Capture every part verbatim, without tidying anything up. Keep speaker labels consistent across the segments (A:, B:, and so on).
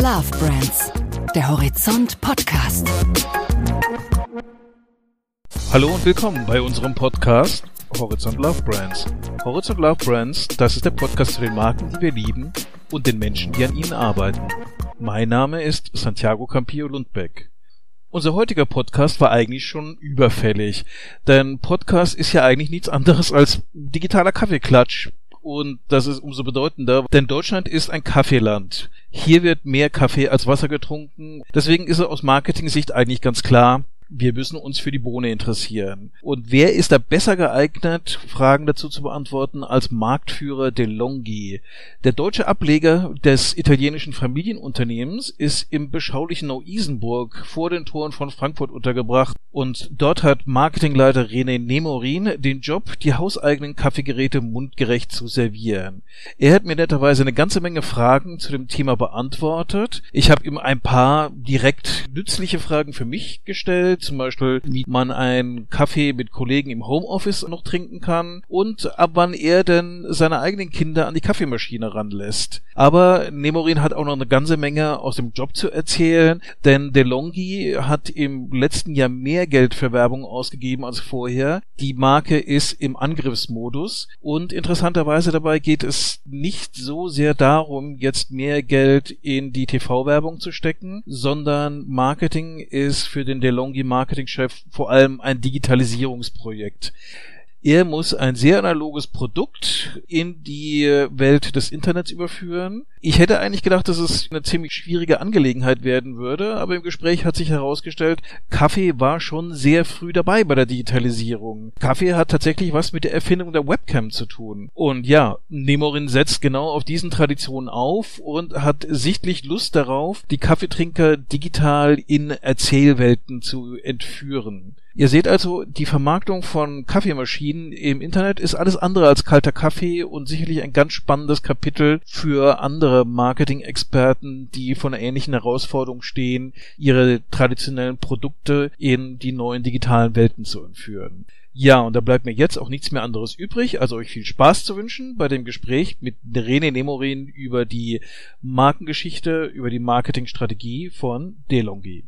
A: Love Brands, der Horizont Podcast.
B: Hallo und willkommen bei unserem Podcast Horizont Love Brands. Horizont Love Brands, das ist der Podcast zu den Marken, die wir lieben und den Menschen, die an ihnen arbeiten. Mein Name ist Santiago Campillo-Lundbeck. Unser heutiger Podcast war eigentlich schon überfällig, denn Podcast ist ja eigentlich nichts anderes als digitaler Kaffeeklatsch. Und das ist umso bedeutender, denn Deutschland ist ein Kaffeeland. Hier wird mehr Kaffee als Wasser getrunken. Deswegen ist es aus Marketing-Sicht eigentlich ganz klar, wir müssen uns für die Bohne interessieren. Und wer ist da besser geeignet, Fragen dazu zu beantworten, als Marktführer DeLonghi? Der deutsche Ableger des italienischen Familienunternehmens ist im beschaulichen Neu-Isenburg vor den Toren von Frankfurt untergebracht. Und dort hat Marketingleiter René Nemorin den Job, die hauseigenen Kaffeegeräte mundgerecht zu servieren. Er hat mir netterweise eine ganze Menge Fragen zu dem Thema beantwortet. Ich habe ihm ein paar direkt nützliche Fragen für mich gestellt, zum Beispiel, wie man einen Kaffee mit Kollegen im Homeoffice noch trinken kann und ab wann er denn seine eigenen Kinder an die Kaffeemaschine ranlässt. Aber Nemorin hat auch noch eine ganze Menge aus dem Job zu erzählen, denn DeLonghi hat im letzten Jahr mehr Geld für Werbung ausgegeben als vorher. Die Marke ist im Angriffsmodus und interessanterweise dabei geht es nicht so sehr darum, jetzt mehr Geld in die T V-Werbung zu stecken, sondern Marketing ist für den DeLonghi Marketingchef vor allem ein Digitalisierungsprojekt. Er muss ein sehr analoges Produkt in die Welt des Internets überführen. Ich hätte eigentlich gedacht, dass es eine ziemlich schwierige Angelegenheit werden würde, aber im Gespräch hat sich herausgestellt, Kaffee war schon sehr früh dabei bei der Digitalisierung. Kaffee hat tatsächlich was mit der Erfindung der Webcam zu tun. Und ja, Nemorin setzt genau auf diesen Traditionen auf und hat sichtlich Lust darauf, die Kaffeetrinker digital in Erzählwelten zu entführen. Ihr seht also, die Vermarktung von Kaffeemaschinen im Internet ist alles andere als kalter Kaffee und sicherlich ein ganz spannendes Kapitel für andere Marketing-Experten, die vor einer ähnlichen Herausforderung stehen, ihre traditionellen Produkte in die neuen digitalen Welten zu entführen. Ja, und da bleibt mir jetzt auch nichts mehr anderes übrig, also euch viel Spaß zu wünschen bei dem Gespräch mit René Nemorin über die Markengeschichte, über die Marketingstrategie von DeLonghi.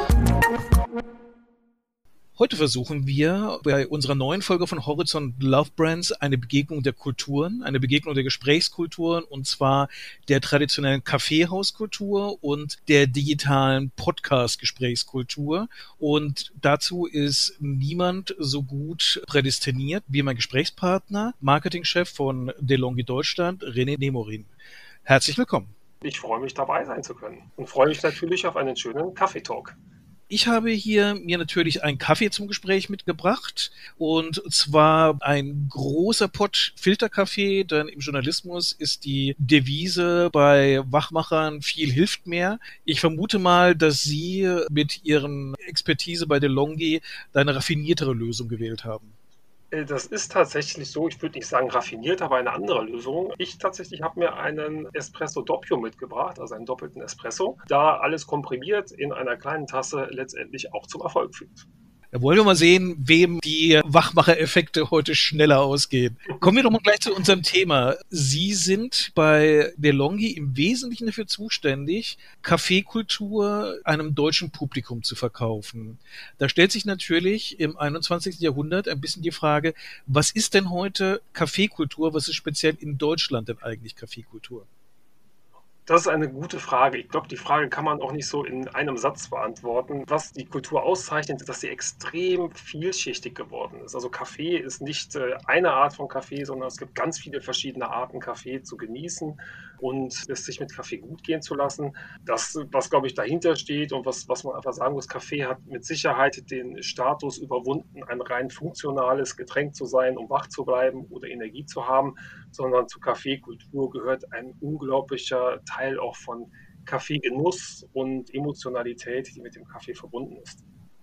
B: Heute versuchen wir bei unserer neuen Folge von Horizont Love Brands eine Begegnung der Kulturen, eine Begegnung der Gesprächskulturen, und zwar der traditionellen Kaffeehauskultur und der digitalen Podcast-Gesprächskultur. Und dazu ist niemand so gut prädestiniert wie mein Gesprächspartner, Marketingchef von DeLonghi Deutschland, René Nemorin. Herzlich willkommen.
C: Ich freue mich, dabei sein zu können und freue mich natürlich auf einen schönen Kaffeetalk.
B: Ich habe hier mir natürlich einen Kaffee zum Gespräch mitgebracht, und zwar ein großer Pott Filterkaffee, denn im Journalismus ist die Devise bei Wachmachern: viel hilft mehr. Ich vermute mal, dass Sie mit Ihren Expertise bei DeLonghi eine raffiniertere Lösung gewählt haben.
C: Das ist tatsächlich so, ich würde nicht sagen raffiniert, aber eine andere Lösung. Ich tatsächlich habe mir einen Espresso Doppio mitgebracht, also einen doppelten Espresso, da alles komprimiert in einer kleinen Tasse letztendlich auch zum Erfolg führt.
B: Da wollen wir mal sehen, wem die Wachmacher-Effekte heute schneller ausgehen. Kommen wir doch mal gleich zu unserem Thema. Sie sind bei DeLonghi im Wesentlichen dafür zuständig, Kaffeekultur einem deutschen Publikum zu verkaufen. Da stellt sich natürlich im einundzwanzigsten Jahrhundert ein bisschen die Frage, was ist denn heute Kaffeekultur? Was ist speziell in Deutschland denn eigentlich Kaffeekultur?
C: Das ist eine gute Frage. Ich glaube, die Frage kann man auch nicht so in einem Satz beantworten. Was die Kultur auszeichnet, ist, dass sie extrem vielschichtig geworden ist. Also Kaffee ist nicht äh, eine Art von Kaffee, sondern es gibt ganz viele verschiedene Arten, Kaffee zu genießen und es sich mit Kaffee gut gehen zu lassen. Das, was, glaube ich, dahinter steht und was, was man einfach sagen muss, Kaffee hat mit Sicherheit den Status überwunden, ein rein funktionales Getränk zu sein, um wach zu bleiben oder Energie zu haben, sondern zur Kaffeekultur gehört ein unglaublicher Teil auch von Kaffeegenuss und Emotionalität, die mit dem Kaffee verbunden ist.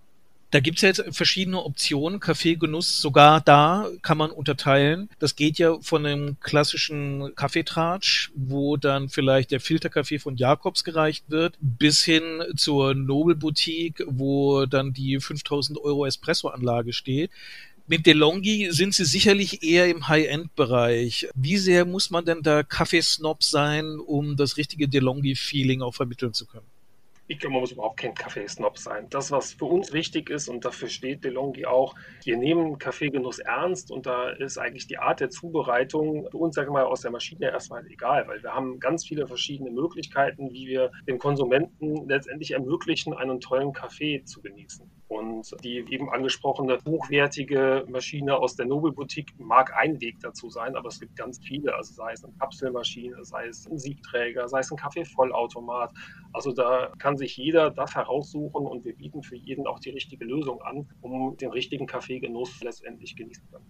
B: Da gibt's ja jetzt verschiedene Optionen, Kaffeegenuss, sogar da kann man unterteilen. Das geht ja von einem klassischen Kaffeetratsch, wo dann vielleicht der Filterkaffee von Jakobs gereicht wird, bis hin zur Nobel Boutique, wo dann die fünftausend Euro Espresso-Anlage steht. Mit DeLonghi sind Sie sicherlich eher im High-End-Bereich. Wie sehr muss man denn da Kaffeesnob sein, um das richtige DeLonghi-Feeling auch vermitteln zu können?
C: Ich glaube, man muss überhaupt kein Kaffeesnob sein. Das, was für uns wichtig ist, und dafür steht DeLonghi auch, wir nehmen Kaffeegenuss ernst und da ist eigentlich die Art der Zubereitung für uns, sage ich mal, aus der Maschine erstmal egal, weil wir haben ganz viele verschiedene Möglichkeiten, wie wir dem Konsumenten letztendlich ermöglichen, einen tollen Kaffee zu genießen. Und die eben angesprochene hochwertige Maschine aus der Nobel-Boutique mag ein Weg dazu sein, aber es gibt ganz viele, also sei es eine Kapselmaschine, sei es ein Siebträger, sei es ein Kaffeevollautomat. Also da kann sich jeder das heraussuchen und wir bieten für jeden auch die richtige Lösung an, um den richtigen Kaffeegenuss letztendlich genießen zu können.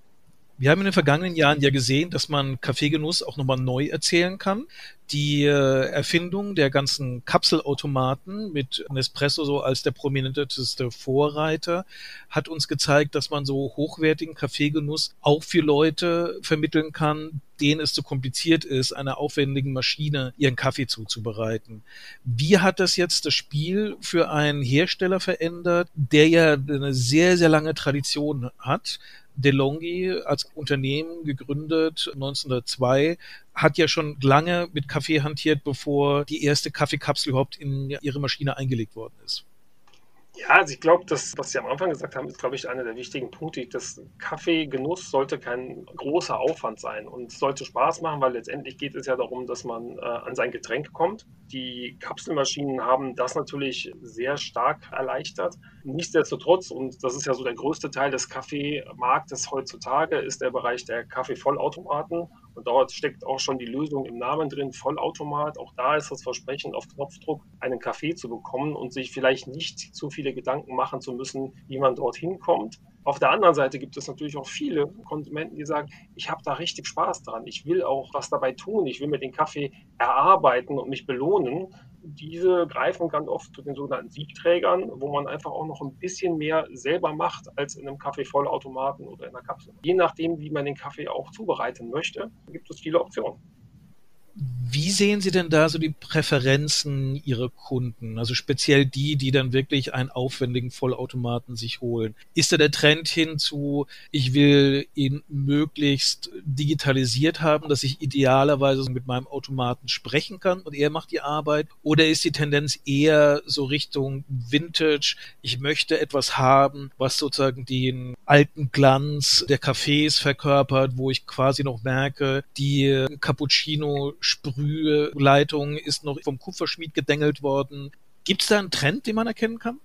B: Wir haben in den vergangenen Jahren ja gesehen, dass man Kaffeegenuss auch nochmal neu erzählen kann. Die äh, Erfindung der ganzen Kapselautomaten mit Nespresso so als der prominenteste Vorreiter hat uns gezeigt, dass man so hochwertigen Kaffeegenuss auch für Leute vermitteln kann, denen es zu kompliziert ist, einer aufwendigen Maschine ihren Kaffee zuzubereiten. Wie hat das jetzt das Spiel für einen Hersteller verändert, der ja eine sehr, sehr lange Tradition hat? DeLonghi als Unternehmen gegründet neunzehnhundertzwei, hat ja schon lange mit Kaffee hantiert, bevor die erste Kaffeekapsel überhaupt in ihre Maschine eingelegt worden ist.
C: Ja, also ich glaube, das, was Sie am Anfang gesagt haben, ist, glaube ich, einer der wichtigen Punkte. Das Kaffeegenuss sollte kein großer Aufwand sein und es sollte Spaß machen, weil letztendlich geht es ja darum, dass man äh, an sein Getränk kommt. Die Kapselmaschinen haben das natürlich sehr stark erleichtert. Nichtsdestotrotz, und das ist ja so der größte Teil des Kaffeemarktes heutzutage, ist der Bereich der Kaffeevollautomaten. Und dort steckt auch schon die Lösung im Namen drin, Vollautomat. Auch da ist das Versprechen, auf Knopfdruck einen Kaffee zu bekommen und sich vielleicht nicht zu viele Gedanken machen zu müssen, wie man dorthin kommt. Auf der anderen Seite gibt es natürlich auch viele Konsumenten, die sagen, ich habe da richtig Spaß dran. Ich will auch was dabei tun. Ich will mir den Kaffee erarbeiten und mich belohnen. Diese greifen ganz oft zu den sogenannten Siebträgern, wo man einfach auch noch ein bisschen mehr selber macht als in einem Kaffeevollautomaten oder in einer Kapsel. Je nachdem, wie man den Kaffee auch zubereiten möchte, gibt es viele Optionen.
B: Wie sehen Sie denn da so die Präferenzen Ihrer Kunden? Also speziell die, die dann wirklich einen aufwendigen Vollautomaten sich holen. Ist da der Trend hin zu, ich will ihn möglichst digitalisiert haben, dass ich idealerweise mit meinem Automaten sprechen kann und er macht die Arbeit? Oder ist die Tendenz eher so Richtung Vintage? Ich möchte etwas haben, was sozusagen den alten Glanz der Cafés verkörpert, wo ich quasi noch merke, die Cappuccino Sprühleitung ist noch vom Kupferschmied gedengelt worden. Gibt es da einen Trend, den man erkennen kann?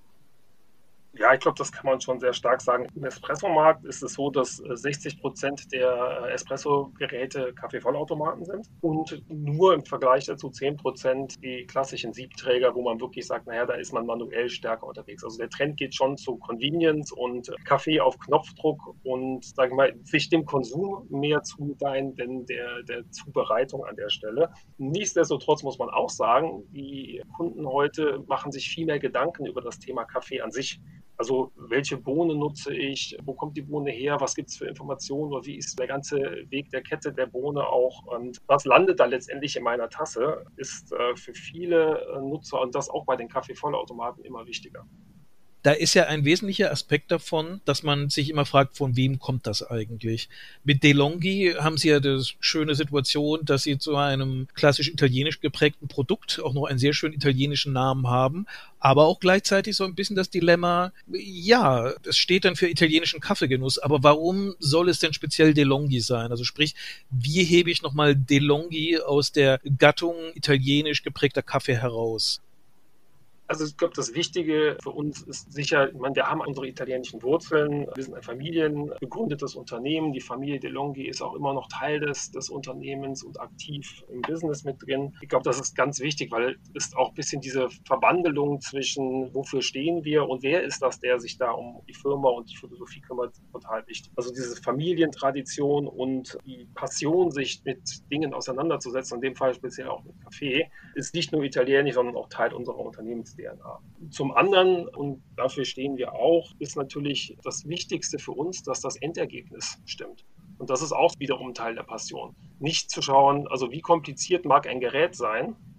C: Ja, ich glaube, das kann man schon sehr stark sagen. Im Espresso-Markt ist es so, dass sechzig Prozent der Espresso-Geräte Kaffeevollautomaten sind und nur im Vergleich dazu zehn Prozent die klassischen Siebträger, wo man wirklich sagt, naja, da ist man manuell stärker unterwegs. Also der Trend geht schon zu Convenience und Kaffee auf Knopfdruck und, sagen wir mal, sich dem Konsum mehr zugedeihen, denn der, der Zubereitung an der Stelle. Nichtsdestotrotz muss man auch sagen, die Kunden heute machen sich viel mehr Gedanken über das Thema Kaffee an sich. Also welche Bohne nutze ich, wo kommt die Bohne her, was gibt es für Informationen oder wie ist der ganze Weg der Kette der Bohne auch und was landet da letztendlich in meiner Tasse, ist äh, für viele äh, Nutzer und das auch bei den Kaffeevollautomaten immer wichtiger.
B: Da ist ja ein wesentlicher Aspekt davon, dass man sich immer fragt, von wem kommt das eigentlich? Mit DeLonghi haben Sie ja die schöne Situation, dass Sie zu einem klassisch italienisch geprägten Produkt auch noch einen sehr schönen italienischen Namen haben, aber auch gleichzeitig so ein bisschen das Dilemma, ja, es steht dann für italienischen Kaffeegenuss, aber warum soll es denn speziell DeLonghi sein? Also sprich, wie hebe ich nochmal DeLonghi aus der Gattung italienisch geprägter Kaffee heraus?
C: Also ich glaube, das Wichtige für uns ist sicher, ich meine, wir haben unsere italienischen Wurzeln, wir sind ein familiengegründetes Unternehmen, die Familie DeLonghi ist auch immer noch Teil des, des Unternehmens und aktiv im Business mit drin. Ich glaube, das ist ganz wichtig, weil es auch ein bisschen diese Verbandelung zwischen wofür stehen wir und wer ist das, der sich da um die Firma und die Philosophie kümmert, total wichtig. Also diese Familientradition und die Passion, sich mit Dingen auseinanderzusetzen, in dem Fall speziell auch mit Kaffee, ist nicht nur italienisch, sondern auch Teil unserer Unternehmens. D N A. Zum anderen, und dafür stehen wir auch, ist natürlich das Wichtigste für uns, dass das Endergebnis stimmt. Und das ist auch wiederum Teil der Passion. Nicht zu schauen, also wie kompliziert mag ein Gerät sein,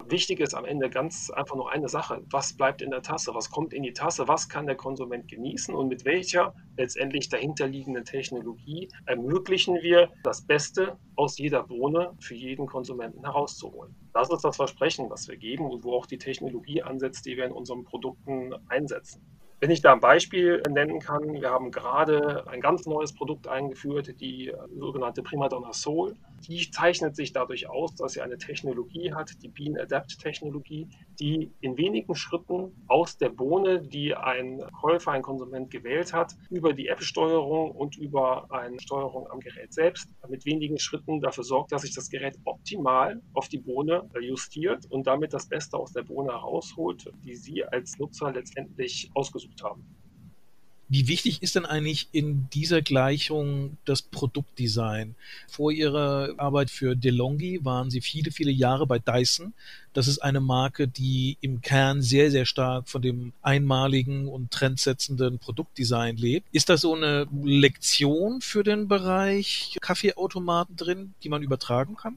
C: Wichtig ist am Ende ganz einfach nur eine Sache. Was bleibt in der Tasse? Was kommt in die Tasse? Was kann der Konsument genießen? Und mit welcher letztendlich dahinterliegenden Technologie ermöglichen wir, das Beste aus jeder Bohne für jeden Konsumenten herauszuholen? Das ist das Versprechen, was wir geben und wo auch die Technologie ansetzt, die wir in unseren Produkten einsetzen. Wenn ich da ein Beispiel nennen kann, wir haben gerade ein ganz neues Produkt eingeführt, die sogenannte Primadonna Soul. Die zeichnet sich dadurch aus, dass sie eine Technologie hat, die Bean Adapt Technologie, die in wenigen Schritten aus der Bohne, die ein Käufer, ein Konsument gewählt hat, über die App-Steuerung und über eine Steuerung am Gerät selbst, mit wenigen Schritten dafür sorgt, dass sich das Gerät optimal auf die Bohne justiert und damit das Beste aus der Bohne herausholt, die Sie als Nutzer letztendlich ausgesucht haben.
B: Wie wichtig ist denn eigentlich in dieser Gleichung das Produktdesign? Vor Ihrer Arbeit für DeLonghi waren Sie viele, viele Jahre bei Dyson. Das ist eine Marke, die im Kern sehr, sehr stark von dem einmaligen und trendsetzenden Produktdesign lebt. Ist da so eine Lektion für den Bereich Kaffeeautomaten drin, die man übertragen kann?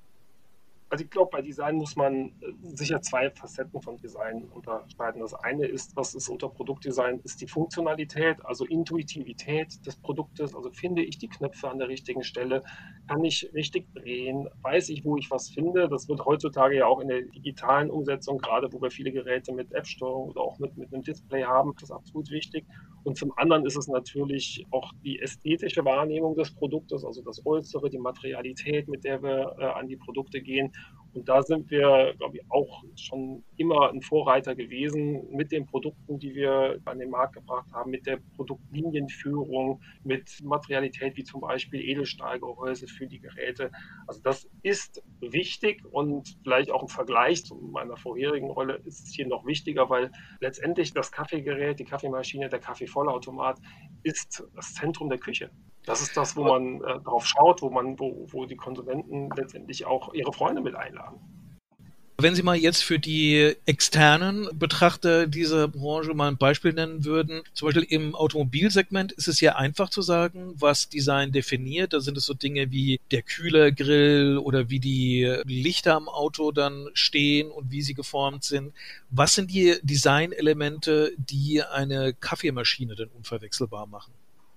C: Also ich glaube, bei Design muss man sicher zwei Facetten von Design unterscheiden. Das eine ist, was ist unter Produktdesign, ist die Funktionalität, also Intuitivität des Produktes. Also finde ich die Knöpfe an der richtigen Stelle, kann ich richtig drehen, weiß ich, wo ich was finde. Das wird heutzutage ja auch in der digitalen Umsetzung, gerade wo wir viele Geräte mit App-Steuerung oder auch mit, mit einem Display haben, das ist absolut wichtig. Und zum anderen ist es natürlich auch die ästhetische Wahrnehmung des Produktes, also das Äußere, die Materialität, mit der wir äh, an die Produkte gehen. Und da sind wir, glaube ich, auch schon immer ein Vorreiter gewesen mit den Produkten, die wir an den Markt gebracht haben, mit der Produktlinienführung, mit Materialität wie zum Beispiel Edelstahlgehäuse für die Geräte. Also das ist wichtig und vielleicht auch im Vergleich zu meiner vorherigen Rolle ist es hier noch wichtiger, weil letztendlich das Kaffeegerät, die Kaffeemaschine, der Kaffeevollautomat ist das Zentrum der Küche. Das ist das, wo man äh, drauf schaut, wo man, wo, wo die Konsumenten letztendlich auch ihre Freunde mit einladen.
B: Wenn Sie mal jetzt für die externen Betrachter dieser Branche mal ein Beispiel nennen würden, zum Beispiel im Automobilsegment ist es ja einfach zu sagen, was Design definiert. Da sind es so Dinge wie der Kühlergrill oder wie die Lichter am Auto dann stehen und wie sie geformt sind. Was sind die Designelemente, die eine Kaffeemaschine denn unverwechselbar machen?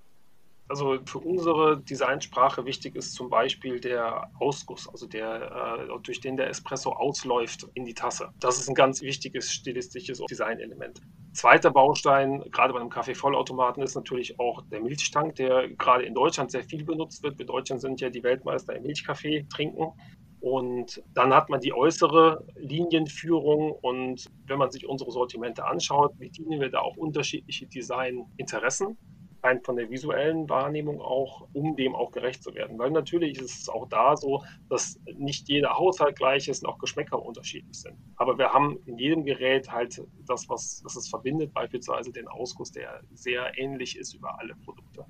C: Also für unsere Designsprache wichtig ist zum Beispiel der Ausguss, also der, äh, durch den der Espresso ausläuft in die Tasse. Das ist ein ganz wichtiges stilistisches Designelement. Zweiter Baustein, gerade bei einem Kaffeevollautomaten, ist natürlich auch der Milchtank, der gerade in Deutschland sehr viel benutzt wird. Wir Deutschen sind ja die Weltmeister im Milchkaffee trinken. Und dann hat man die äußere Linienführung und wenn man sich unsere Sortimente anschaut, bedienen wir da auch unterschiedliche Designinteressen. Rein von der visuellen Wahrnehmung auch, um dem auch gerecht zu werden. Weil natürlich ist es auch da so, dass nicht jeder Haushalt gleich ist und auch Geschmäcker unterschiedlich sind. Aber wir haben in jedem Gerät halt das, was, was es verbindet, beispielsweise den Ausguss, der sehr ähnlich ist über alle Produkte.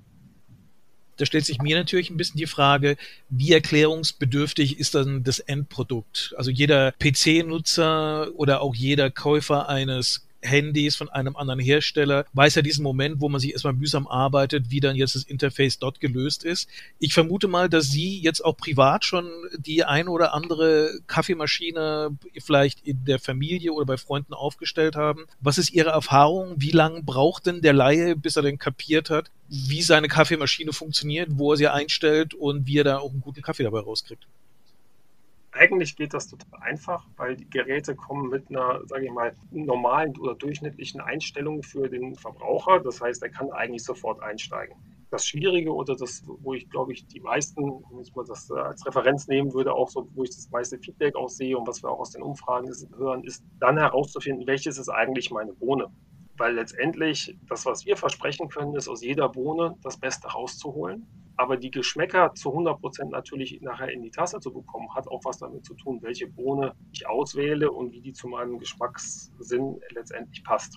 B: Da stellt sich mir natürlich ein bisschen die Frage, wie erklärungsbedürftig ist dann das Endprodukt? Also jeder P C-Nutzer oder auch jeder Käufer eines Handys von einem anderen Hersteller, weiß ja diesen Moment, wo man sich erstmal mühsam arbeitet, wie dann jetzt das Interface dort gelöst ist. Ich vermute mal, dass Sie jetzt auch privat schon die ein oder andere Kaffeemaschine vielleicht in der Familie oder bei Freunden aufgestellt haben. Was ist Ihre Erfahrung? Wie lange braucht denn der Laie, bis er denn kapiert hat, wie seine Kaffeemaschine funktioniert, wo er sie einstellt und wie er da auch einen guten Kaffee dabei rauskriegt?
C: Eigentlich geht das total einfach, weil die Geräte kommen mit einer, sage ich mal, normalen oder durchschnittlichen Einstellung für den Verbraucher. Das heißt, er kann eigentlich sofort einsteigen. Das Schwierige oder das, wo ich, glaube ich, die meisten, wenn ich mal das als Referenz nehmen würde, auch so, wo ich das meiste Feedback auch sehe und was wir auch aus den Umfragen hören, ist dann herauszufinden, welches ist eigentlich meine Bohne. Weil letztendlich das, was wir versprechen können, ist aus jeder Bohne das Beste rauszuholen. Aber die Geschmäcker zu hundert Prozent natürlich nachher in die Tasse zu bekommen, hat auch was damit zu tun, welche Bohne ich auswähle und wie die zu meinem Geschmackssinn letztendlich passt.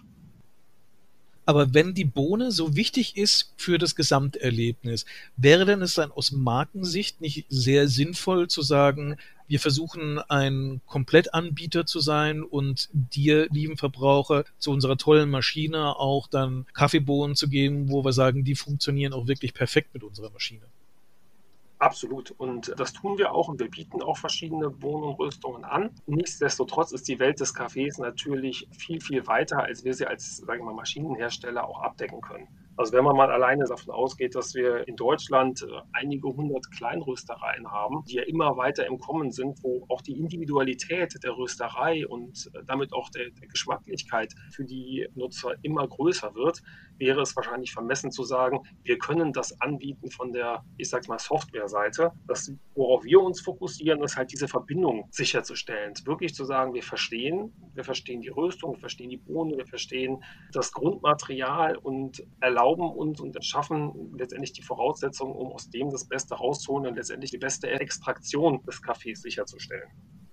B: Aber wenn die Bohne so wichtig ist für das Gesamterlebnis, wäre denn es dann aus Markensicht nicht sehr sinnvoll zu sagen, wir versuchen ein Komplettanbieter zu sein und dir, lieben Verbraucher, zu unserer tollen Maschine auch dann Kaffeebohnen zu geben, wo wir sagen, die funktionieren auch wirklich perfekt mit unserer Maschine?
C: Absolut. Und das tun wir auch und wir bieten auch verschiedene Bohnenröstungen an. Nichtsdestotrotz ist die Welt des Kaffees natürlich viel, viel weiter, als wir sie als, sagen wir mal, Maschinenhersteller auch abdecken können. Also wenn man mal alleine davon ausgeht, dass wir in Deutschland einige hundert Kleinröstereien haben, die ja immer weiter im Kommen sind, wo auch die Individualität der Rösterei und damit auch der, der Geschmacklichkeit für die Nutzer immer größer wird, wäre es wahrscheinlich vermessen zu sagen, wir können das anbieten von der, ich sag's mal, Softwareseite. Das, worauf wir uns fokussieren, ist halt diese Verbindung sicherzustellen. Wirklich zu sagen, wir verstehen, wir verstehen die Röstung, wir verstehen die Bohne, wir verstehen das Grundmaterial und erlauben uns und schaffen letztendlich die Voraussetzungen, um aus dem das Beste rauszuholen und letztendlich die beste Extraktion des Kaffees sicherzustellen.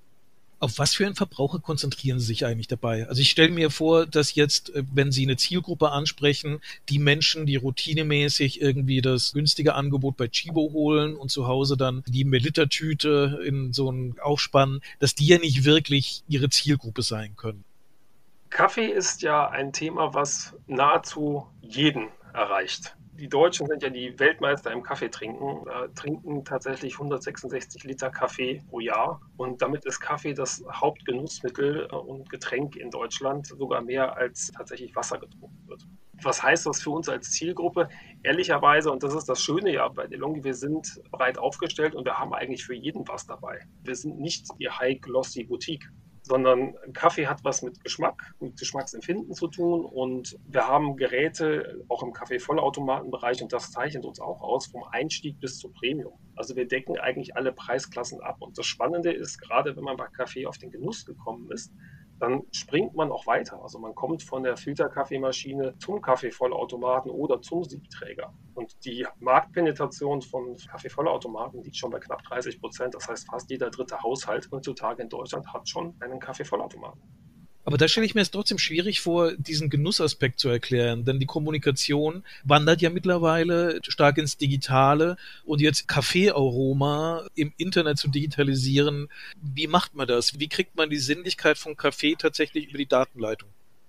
B: Auf was für einen Verbraucher konzentrieren Sie sich eigentlich dabei? Also ich stelle mir vor, dass jetzt, wenn Sie eine Zielgruppe ansprechen, die Menschen, die routinemäßig irgendwie das günstige Angebot bei Chibo holen und zu Hause dann die Melitta-Tüte in so einen aufspannen, dass die ja nicht wirklich Ihre Zielgruppe sein können.
C: Kaffee ist ja ein Thema, was nahezu jeden erreicht. Die Deutschen sind ja die Weltmeister im Kaffee trinken, äh, trinken tatsächlich hundertsechsundsechzig Liter Kaffee pro Jahr und damit ist Kaffee das Hauptgenussmittel und Getränk in Deutschland, sogar mehr als tatsächlich Wasser getrunken wird. Was heißt das für uns als Zielgruppe? Ehrlicherweise, und das ist das Schöne ja bei DeLonghi, wir sind breit aufgestellt und wir haben eigentlich für jeden was dabei. Wir sind nicht die High-Glossy Boutique, sondern Kaffee hat was mit Geschmack, mit Geschmacksempfinden zu tun und wir haben Geräte auch im Kaffee-Vollautomatenbereich und das zeichnet uns auch aus, vom Einstieg bis zum Premium. Also wir decken eigentlich alle Preisklassen ab und das Spannende ist, gerade wenn man bei Kaffee auf den Genuss gekommen ist, dann springt man auch weiter. Also man kommt von der Filterkaffeemaschine zum Kaffeevollautomaten oder zum Siebträger. Und die Marktpenetration von Kaffeevollautomaten liegt schon bei knapp dreißig Prozent. Das heißt, fast jeder dritte Haushalt heutzutage in Deutschland hat schon einen Kaffeevollautomaten.
B: Aber da stelle ich mir es trotzdem schwierig vor, diesen Genussaspekt zu erklären, denn die Kommunikation wandert ja mittlerweile stark ins Digitale und jetzt Kaffeearoma im Internet zu digitalisieren, wie macht man das? Wie kriegt man die Sinnlichkeit von Kaffee tatsächlich über die Datenleitung?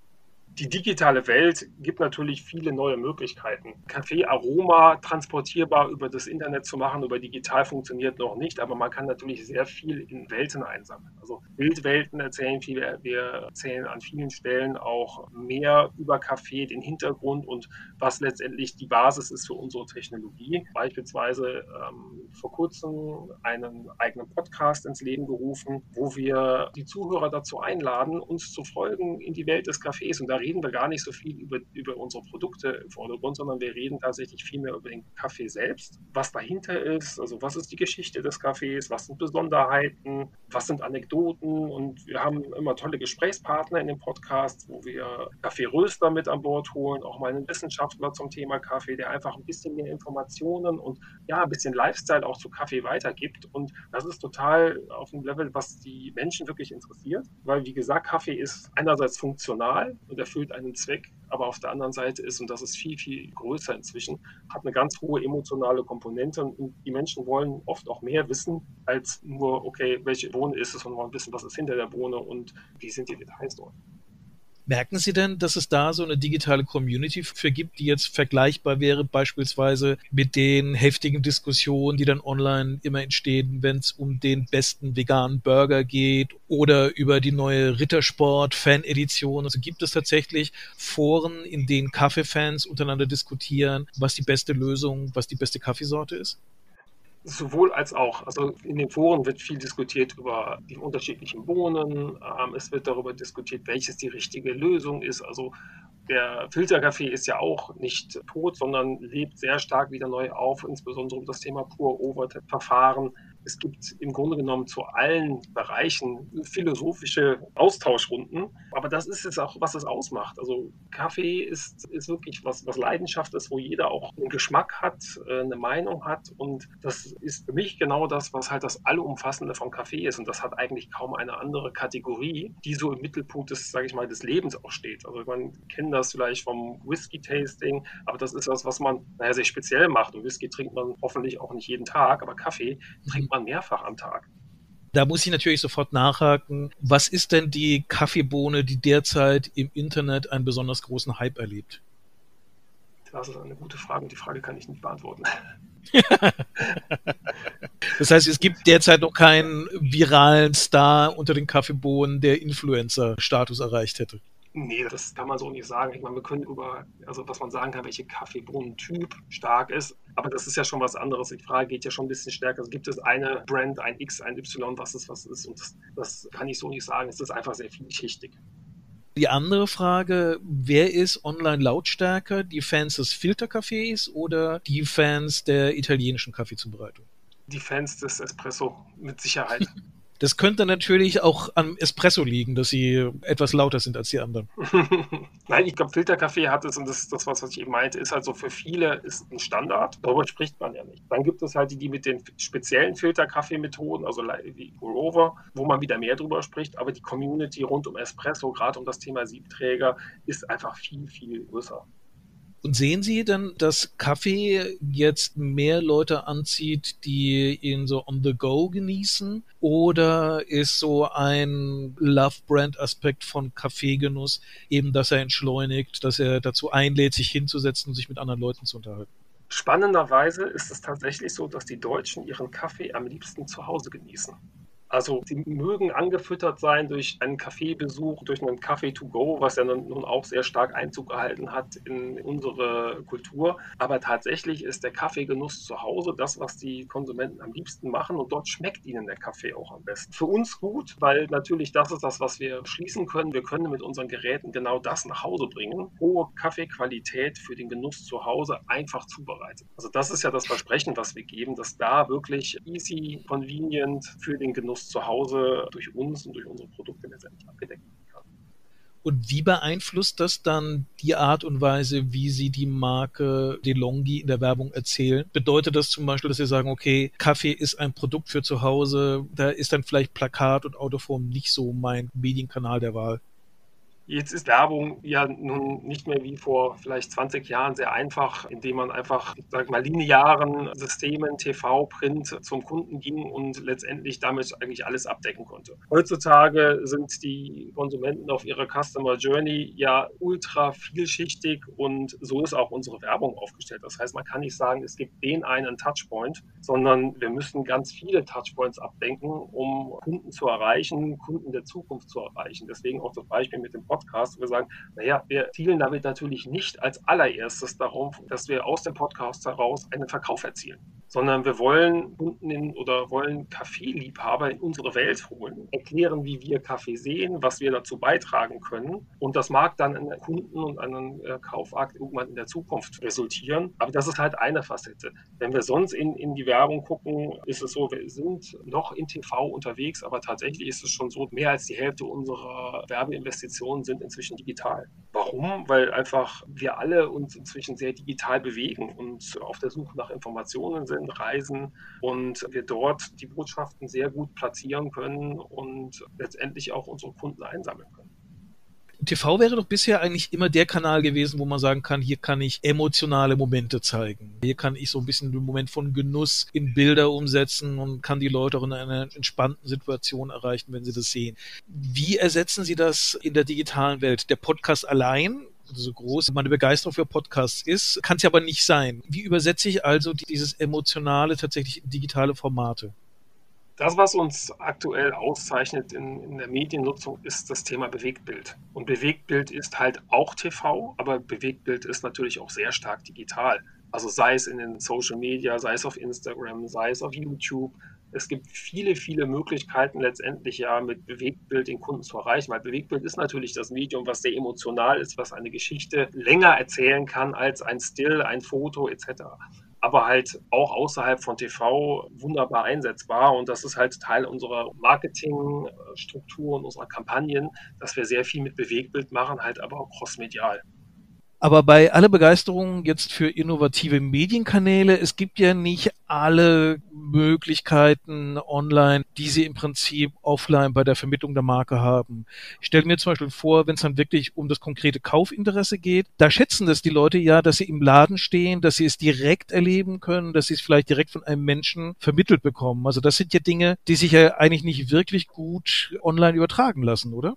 C: Die digitale Welt gibt natürlich viele neue Möglichkeiten. Kaffeearoma transportierbar über das Internet zu machen, über digital funktioniert noch nicht, aber man kann natürlich sehr viel in Welten einsammeln. Also Bildwelten erzählen viele, wir erzählen an vielen Stellen auch mehr über Kaffee, den Hintergrund und was letztendlich die Basis ist für unsere Technologie. Beispielsweise ähm, vor kurzem einen eigenen Podcast ins Leben gerufen, wo wir die Zuhörer dazu einladen, uns zu folgen in die Welt des Kaffees. Und da reden wir gar nicht so viel über, über unsere Produkte im Vordergrund, sondern wir reden tatsächlich viel mehr über den Kaffee selbst, was dahinter ist, also was ist die Geschichte des Kaffees, was sind Besonderheiten, was sind Anekdoten und wir haben immer tolle Gesprächspartner in dem Podcast, wo wir Kaffeeröster mit an Bord holen, auch mal einen Wissenschaftler zum Thema Kaffee, der einfach ein bisschen mehr Informationen und ja, ein bisschen Lifestyle auch zu Kaffee weitergibt und das ist total auf einem Level, was die Menschen wirklich interessiert, weil wie gesagt, Kaffee ist einerseits funktional und erfüllt einen Zweck, aber auf der anderen Seite ist, und das ist viel, viel größer inzwischen, hat eine ganz hohe emotionale Komponente und die Menschen wollen oft auch mehr wissen, als nur, okay, welche Bohne ist es und wollen wissen, was ist hinter der Bohne und wie sind die Details dort.
B: Merken Sie denn, dass es da so eine digitale Community für gibt, die jetzt vergleichbar wäre beispielsweise mit den heftigen Diskussionen, die dann online immer entstehen, wenn es um den besten veganen Burger geht oder über die neue Rittersport-Fan-Edition? Also gibt es tatsächlich Foren, in denen Kaffeefans untereinander diskutieren, was die beste Lösung, was die beste Kaffeesorte ist?
C: Sowohl als auch. Also in den Foren wird viel diskutiert über die unterschiedlichen Bohnen. Ähm, es wird darüber diskutiert, welches die richtige Lösung ist. Also der Filterkaffee ist ja auch nicht tot, sondern lebt sehr stark wieder neu auf, insbesondere um das Thema Pour-Over-Verfahren. Es gibt im Grunde genommen zu allen Bereichen philosophische Austauschrunden. Aber das ist es auch, was es ausmacht. Also Kaffee ist, ist wirklich was, was Leidenschaft ist, wo jeder auch einen Geschmack hat, eine Meinung hat. Und das ist für mich genau das, was halt das Allumfassende von Kaffee ist. Und das hat eigentlich kaum eine andere Kategorie, die so im Mittelpunkt des, sage ich mal, des Lebens auch steht. Also man kennt das vielleicht vom Whisky-Tasting, aber das ist was, was man naja, sehr speziell macht. Und Whisky trinkt man hoffentlich auch nicht jeden Tag, aber Kaffee trinkt man mehrfach am Tag.
B: Da muss ich natürlich sofort nachhaken. Was ist denn die Kaffeebohne, die derzeit im Internet einen besonders großen Hype erlebt?
C: Das ist eine gute Frage und die Frage kann ich nicht beantworten.
B: Das heißt, es gibt derzeit noch keinen viralen Star unter den Kaffeebohnen, der Influencer-Status erreicht hätte.
C: Nee, das kann man so nicht sagen. Ich meine, wir können über, also was man sagen kann, welche Kaffeebohnentyp stark ist, aber das ist ja schon was anderes. Die Frage geht ja schon ein bisschen stärker. Also gibt es eine Brand, ein X, ein Y, was ist, was ist? Und das, das kann ich so nicht sagen. Es ist einfach sehr vielschichtig.
B: Die andere Frage, wer ist online lautstärker? Die Fans des Filterkaffees oder die Fans der italienischen Kaffeezubereitung?
C: Die Fans des Espresso, mit Sicherheit.
B: Das könnte natürlich auch am Espresso liegen, dass sie etwas lauter sind als die anderen.
C: Nein, ich glaube, Filterkaffee hat es, und das ist das, was ich eben meinte, ist halt so für viele ist ein Standard. Darüber spricht man ja nicht. Dann gibt es halt die, die mit den speziellen Filterkaffee-Methoden, also wie Pour-Over, wo man wieder mehr drüber spricht. Aber die Community rund um Espresso, gerade um das Thema Siebträger, ist einfach viel, viel größer.
B: Und sehen Sie dann, dass Kaffee jetzt mehr Leute anzieht, die ihn so on the go genießen? Oder ist so ein Love-Brand-Aspekt von Kaffeegenuss eben, dass er entschleunigt, dass er dazu einlädt, sich hinzusetzen und sich mit anderen Leuten zu unterhalten?
C: Spannenderweise ist es tatsächlich so, dass die Deutschen ihren Kaffee am liebsten zu Hause genießen. Also sie mögen angefüttert sein durch einen Kaffeebesuch, durch einen Kaffee to go, was ja nun auch sehr stark Einzug gehalten hat in unsere Kultur. Aber tatsächlich ist der Kaffeegenuss zu Hause das, was die Konsumenten am liebsten machen, und dort schmeckt ihnen der Kaffee auch am besten. Für uns gut, weil natürlich das ist das, was wir schließen können. Wir können mit unseren Geräten genau das nach Hause bringen. Hohe Kaffeequalität für den Genuss zu Hause einfach zubereitet. Also das ist ja das Versprechen, was wir geben, dass da wirklich easy, convenient für den Genuss zu Hause durch uns und durch unsere Produkte letztendlich abgedeckt werden kann.
B: Und wie beeinflusst das dann die Art und Weise, wie Sie die Marke DeLonghi in der Werbung erzählen? Bedeutet das zum Beispiel, dass Sie sagen, okay, Kaffee ist ein Produkt für zu Hause, da ist dann vielleicht Plakat und Autoform nicht so mein Medienkanal der Wahl?
C: Jetzt ist Werbung ja nun nicht mehr wie vor vielleicht zwanzig Jahren sehr einfach, indem man einfach, sag ich mal, linearen Systemen, T V, Print zum Kunden ging und letztendlich damit eigentlich alles abdecken konnte. Heutzutage sind die Konsumenten auf ihrer Customer Journey ja ultra vielschichtig, und so ist auch unsere Werbung aufgestellt. Das heißt, man kann nicht sagen, es gibt den einen Touchpoint, sondern wir müssen ganz viele Touchpoints abdenken, um Kunden zu erreichen, Kunden der Zukunft zu erreichen. Deswegen auch das Beispiel mit dem Podcast, wo wir sagen, naja, wir zielen damit natürlich nicht als allererstes darauf, dass wir aus dem Podcast heraus einen Verkauf erzielen, sondern wir wollen Kunden in, oder wollen Kaffeeliebhaber in unsere Welt holen, erklären, wie wir Kaffee sehen, was wir dazu beitragen können, und das mag dann in Kunden und einen äh, Kaufakt irgendwann in der Zukunft resultieren, aber das ist halt eine Facette. Wenn wir sonst in, in die Werbung gucken, ist es so, wir sind noch in T V unterwegs, aber tatsächlich ist es schon so, mehr als die Hälfte unserer Werbeinvestitionen sind inzwischen digital. Warum? Weil einfach wir alle uns inzwischen sehr digital bewegen und auf der Suche nach Informationen sind, reisen, und wir dort die Botschaften sehr gut platzieren können und letztendlich auch unsere Kunden einsammeln können.
B: T V wäre doch bisher eigentlich immer der Kanal gewesen, wo man sagen kann, hier kann ich emotionale Momente zeigen. Hier kann ich so ein bisschen den Moment von Genuss in Bilder umsetzen und kann die Leute auch in einer entspannten Situation erreichen, wenn sie das sehen. Wie ersetzen Sie das in der digitalen Welt? Der Podcast allein, so groß meine Begeisterung für Podcasts ist, kann es ja aber nicht sein. Wie übersetze ich also dieses Emotionale tatsächlich in digitale Formate?
C: Das, was uns aktuell auszeichnet in, in der Mediennutzung, ist das Thema Bewegtbild. Und Bewegtbild ist halt auch T V, aber Bewegtbild ist natürlich auch sehr stark digital. Also sei es in den Social Media, sei es auf Instagram, sei es auf YouTube. Es gibt viele, viele Möglichkeiten letztendlich ja mit Bewegtbild den Kunden zu erreichen, weil Bewegtbild ist natürlich das Medium, was sehr emotional ist, was eine Geschichte länger erzählen kann als ein Still, ein Foto et cetera. Aber halt auch außerhalb von T V wunderbar einsetzbar. Und das ist halt Teil unserer Marketingstruktur und unserer Kampagnen, dass wir sehr viel mit Bewegtbild machen, halt aber auch crossmedial.
B: Aber bei aller Begeisterung jetzt für innovative Medienkanäle, es gibt ja nicht alle Möglichkeiten online, die Sie im Prinzip offline bei der Vermittlung der Marke haben. Ich stelle mir zum Beispiel vor, wenn es dann wirklich um das konkrete Kaufinteresse geht, da schätzen das die Leute ja, dass sie im Laden stehen, dass sie es direkt erleben können, dass sie es vielleicht direkt von einem Menschen vermittelt bekommen. Also das sind ja Dinge, die sich ja eigentlich nicht wirklich gut online übertragen lassen, oder?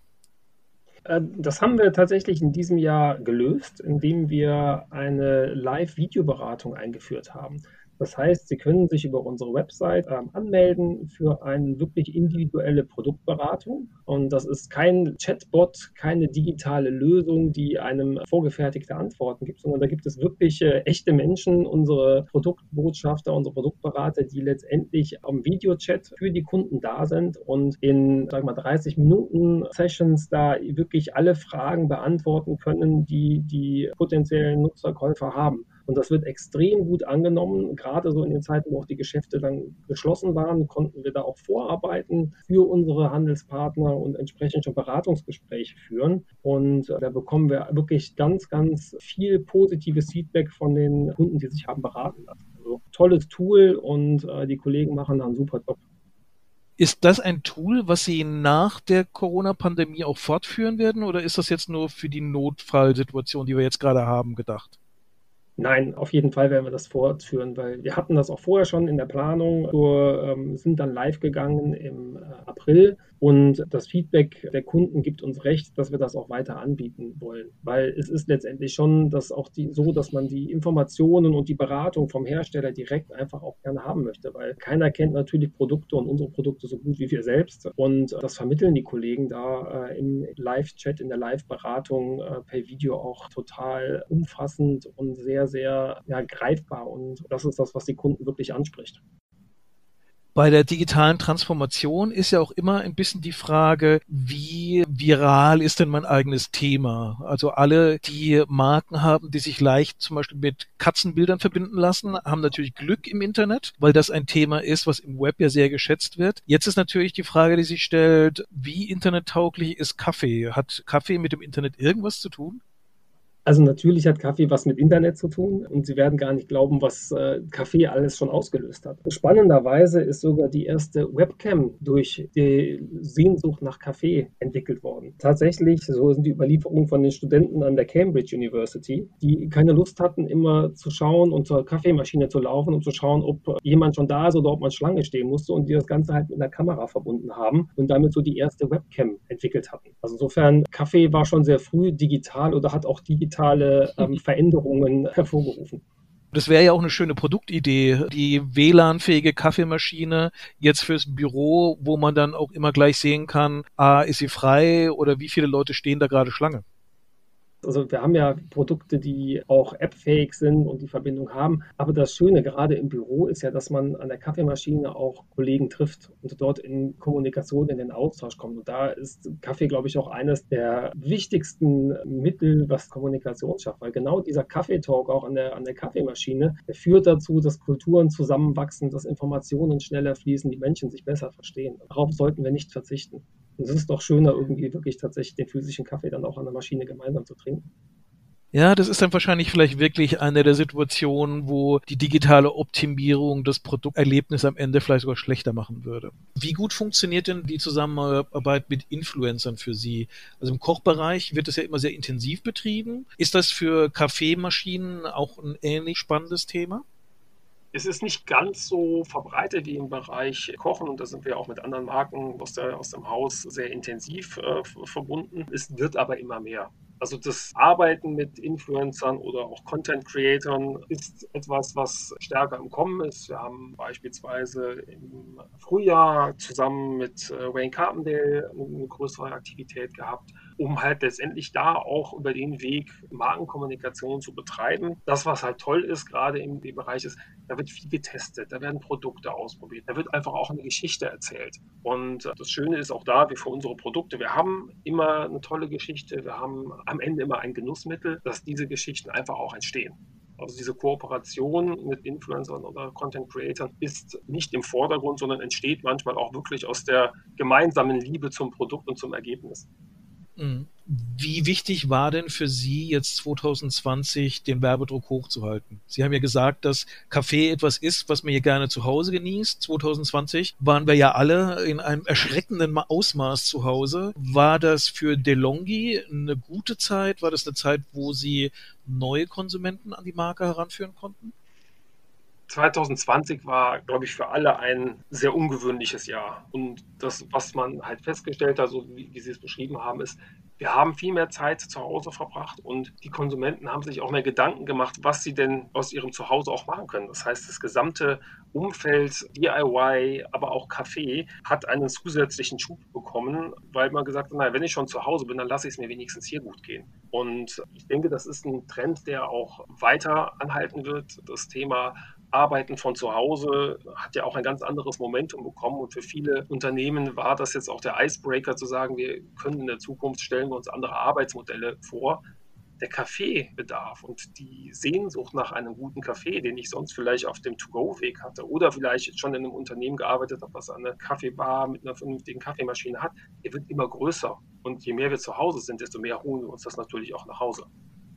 C: Das haben wir tatsächlich in diesem Jahr gelöst, indem wir eine Live-Videoberatung eingeführt haben. Das heißt, Sie können sich über unsere Website ähm, anmelden für eine wirklich individuelle Produktberatung. Und das ist kein Chatbot, keine digitale Lösung, die einem vorgefertigte Antworten gibt, sondern da gibt es wirklich äh, echte Menschen, unsere Produktbotschafter, unsere Produktberater, die letztendlich am Videochat für die Kunden da sind und in, sag mal, dreißig Minuten Sessions da wirklich alle Fragen beantworten können, die die potenziellen Nutzerkäufer haben. Und das wird extrem gut angenommen. Gerade so in den Zeiten, wo auch die Geschäfte dann geschlossen waren, konnten wir da auch vorarbeiten für unsere Handelspartner und entsprechend schon Beratungsgespräche führen. Und da bekommen wir wirklich ganz, ganz viel positives Feedback von den Kunden, die sich haben beraten lassen. Also tolles Tool und äh, die Kollegen machen da einen super Job.
B: Ist das ein Tool, was Sie nach der Corona-Pandemie auch fortführen werden, oder ist das jetzt nur für die Notfallsituation, die wir jetzt gerade haben, gedacht?
C: Nein, auf jeden Fall werden wir das fortführen, weil wir hatten das auch vorher schon in der Planung, wir ähm, sind dann live gegangen im äh, April und das Feedback der Kunden gibt uns recht, dass wir das auch weiter anbieten wollen, weil es ist letztendlich schon das auch die, so, dass man die Informationen und die Beratung vom Hersteller direkt einfach auch gerne haben möchte, weil keiner kennt natürlich Produkte und unsere Produkte so gut wie wir selbst und das vermitteln die Kollegen da äh, im Live-Chat, in der Live-Beratung äh, per Video auch total umfassend und sehr sehr ja, greifbar und das ist das, was die Kunden wirklich anspricht.
B: Bei der digitalen Transformation ist ja auch immer ein bisschen die Frage, wie viral ist denn mein eigenes Thema? Also alle, die Marken haben, die sich leicht zum Beispiel mit Katzenbildern verbinden lassen, haben natürlich Glück im Internet, weil das ein Thema ist, was im Web ja sehr geschätzt wird. Jetzt ist natürlich die Frage, die sich stellt, wie internettauglich ist Kaffee? Hat Kaffee mit dem Internet irgendwas zu tun?
C: Also natürlich hat Kaffee was mit Internet zu tun und Sie werden gar nicht glauben, was äh, Kaffee alles schon ausgelöst hat. Spannenderweise ist sogar die erste Webcam durch die Sehnsucht nach Kaffee entwickelt worden. Tatsächlich, so sind die Überlieferungen von den Studenten an der Cambridge University, die keine Lust hatten, immer zu schauen und zur Kaffeemaschine zu laufen, um zu schauen, ob jemand schon da ist oder ob man Schlange stehen musste und die das Ganze halt mit einer Kamera verbunden haben und damit so die erste Webcam entwickelt hatten. Also insofern, Kaffee war schon sehr früh digital oder hat auch digital Ähm, Veränderungen hervorgerufen.
B: Das wäre ja auch eine schöne Produktidee, die W L A N-fähige Kaffeemaschine jetzt fürs Büro, wo man dann auch immer gleich sehen kann, ah, ist sie frei oder wie viele Leute stehen da gerade Schlange.
C: Also wir haben ja Produkte, die auch appfähig sind und die Verbindung haben. Aber das Schöne gerade im Büro ist ja, dass man an der Kaffeemaschine auch Kollegen trifft und dort in Kommunikation, in den Austausch kommt. Und da ist Kaffee, glaube ich, auch eines der wichtigsten Mittel, was Kommunikation schafft. Weil genau dieser Kaffeetalk auch an der, an der Kaffeemaschine, der führt dazu, dass Kulturen zusammenwachsen, dass Informationen schneller fließen, die Menschen sich besser verstehen. Darauf sollten wir nicht verzichten. Und es ist doch schöner, irgendwie wirklich tatsächlich den physischen Kaffee dann auch an der Maschine gemeinsam zu trinken.
B: Ja, das ist dann wahrscheinlich vielleicht wirklich eine der Situationen, wo die digitale Optimierung das Produkterlebnis am Ende vielleicht sogar schlechter machen würde. Wie gut funktioniert denn die Zusammenarbeit mit Influencern für Sie? Also im Kochbereich wird das ja immer sehr intensiv betrieben. Ist das für Kaffeemaschinen auch ein ähnlich spannendes Thema?
C: Es ist nicht ganz so verbreitet wie im Bereich Kochen und da sind wir auch mit anderen Marken aus, der, aus dem Haus sehr intensiv äh, verbunden. Es wird aber immer mehr. Also das Arbeiten mit Influencern oder auch Content-Creatern ist etwas, was stärker im Kommen ist. Wir haben beispielsweise im Frühjahr zusammen mit Wayne Carpendale eine größere Aktivität gehabt, um halt letztendlich da auch über den Weg Markenkommunikation zu betreiben. Das, was halt toll ist, gerade im Bereich ist, da wird viel getestet, da werden Produkte ausprobiert, da wird einfach auch eine Geschichte erzählt. Und das Schöne ist auch da, wie für unsere Produkte, wir haben immer eine tolle Geschichte, wir haben am Ende immer ein Genussmittel, dass diese Geschichten einfach auch entstehen. Also diese Kooperation mit Influencern oder Content Creatern ist nicht im Vordergrund, sondern entsteht manchmal auch wirklich aus der gemeinsamen Liebe zum Produkt und zum Ergebnis.
B: Wie wichtig war denn für Sie jetzt zwanzig zwanzig, den Werbedruck hochzuhalten? Sie haben ja gesagt, dass Kaffee etwas ist, was man hier gerne zu Hause genießt. zwanzig zwanzig waren wir ja alle in einem erschreckenden Ausmaß zu Hause. War das für DeLonghi eine gute Zeit? War das eine Zeit, wo Sie neue Konsumenten an die Marke heranführen konnten?
C: zwanzig zwanzig war, glaube ich, für alle ein sehr ungewöhnliches Jahr. Und das, was man halt festgestellt hat, so wie, wie Sie es beschrieben haben, ist, wir haben viel mehr Zeit zu Hause verbracht und die Konsumenten haben sich auch mehr Gedanken gemacht, was sie denn aus ihrem Zuhause auch machen können. Das heißt, das gesamte Umfeld, D I Y, aber auch Kaffee hat einen zusätzlichen Schub bekommen, weil man gesagt hat, naja, wenn ich schon zu Hause bin, dann lasse ich es mir wenigstens hier gut gehen. Und ich denke, das ist ein Trend, der auch weiter anhalten wird. Das Thema Arbeiten von zu Hause hat ja auch ein ganz anderes Momentum bekommen und für viele Unternehmen war das jetzt auch der Icebreaker zu sagen, wir können in der Zukunft, stellen wir uns andere Arbeitsmodelle vor. Der Kaffeebedarf und die Sehnsucht nach einem guten Kaffee, den ich sonst vielleicht auf dem To-Go-Weg hatte oder vielleicht schon in einem Unternehmen gearbeitet habe, was eine Kaffeebar mit einer vernünftigen Kaffeemaschine hat, der wird immer größer. Und je mehr wir zu Hause sind, desto mehr holen wir uns das natürlich auch nach Hause.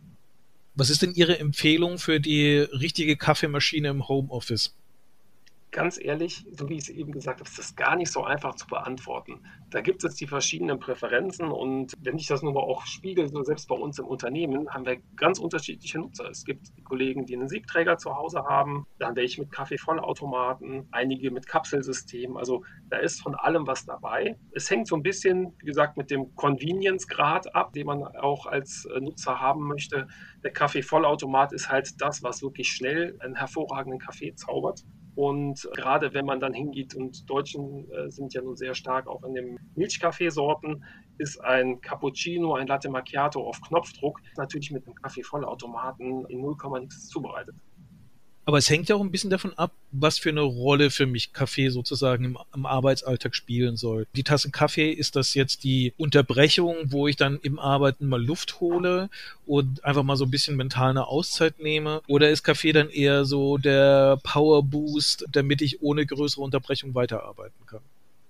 B: Was ist denn Ihre Empfehlung für die richtige Kaffeemaschine im Homeoffice?
C: Ganz ehrlich, so wie ich es eben gesagt habe, ist das gar nicht so einfach zu beantworten. Da gibt es die verschiedenen Präferenzen und wenn ich das nun mal auch spiegel, so selbst bei uns im Unternehmen, haben wir ganz unterschiedliche Nutzer. Es gibt die Kollegen, die einen Siebträger zu Hause haben, dann welche mit Kaffeevollautomaten, einige mit Kapselsystemen. Also da ist von allem was dabei. Es hängt so ein bisschen, wie gesagt, mit dem Convenience-Grad ab, den man auch als Nutzer haben möchte. Der Kaffeevollautomat ist halt das, was wirklich schnell einen hervorragenden Kaffee zaubert. Und gerade wenn man dann hingeht, und Deutschen äh, sind ja nun sehr stark auch in den Milchkaffeesorten, ist ein Cappuccino, ein Latte Macchiato auf Knopfdruck natürlich mit einem Kaffeevollautomaten in null Komma nichts zubereitet.
B: Aber es hängt ja auch ein bisschen davon ab, was für eine Rolle für mich Kaffee sozusagen im, im Arbeitsalltag spielen soll. Die Tasse Kaffee, ist das jetzt die Unterbrechung, wo ich dann im Arbeiten mal Luft hole und einfach mal so ein bisschen mental eine Auszeit nehme? Oder ist Kaffee dann eher so der Power Boost, damit ich ohne größere Unterbrechung weiterarbeiten kann?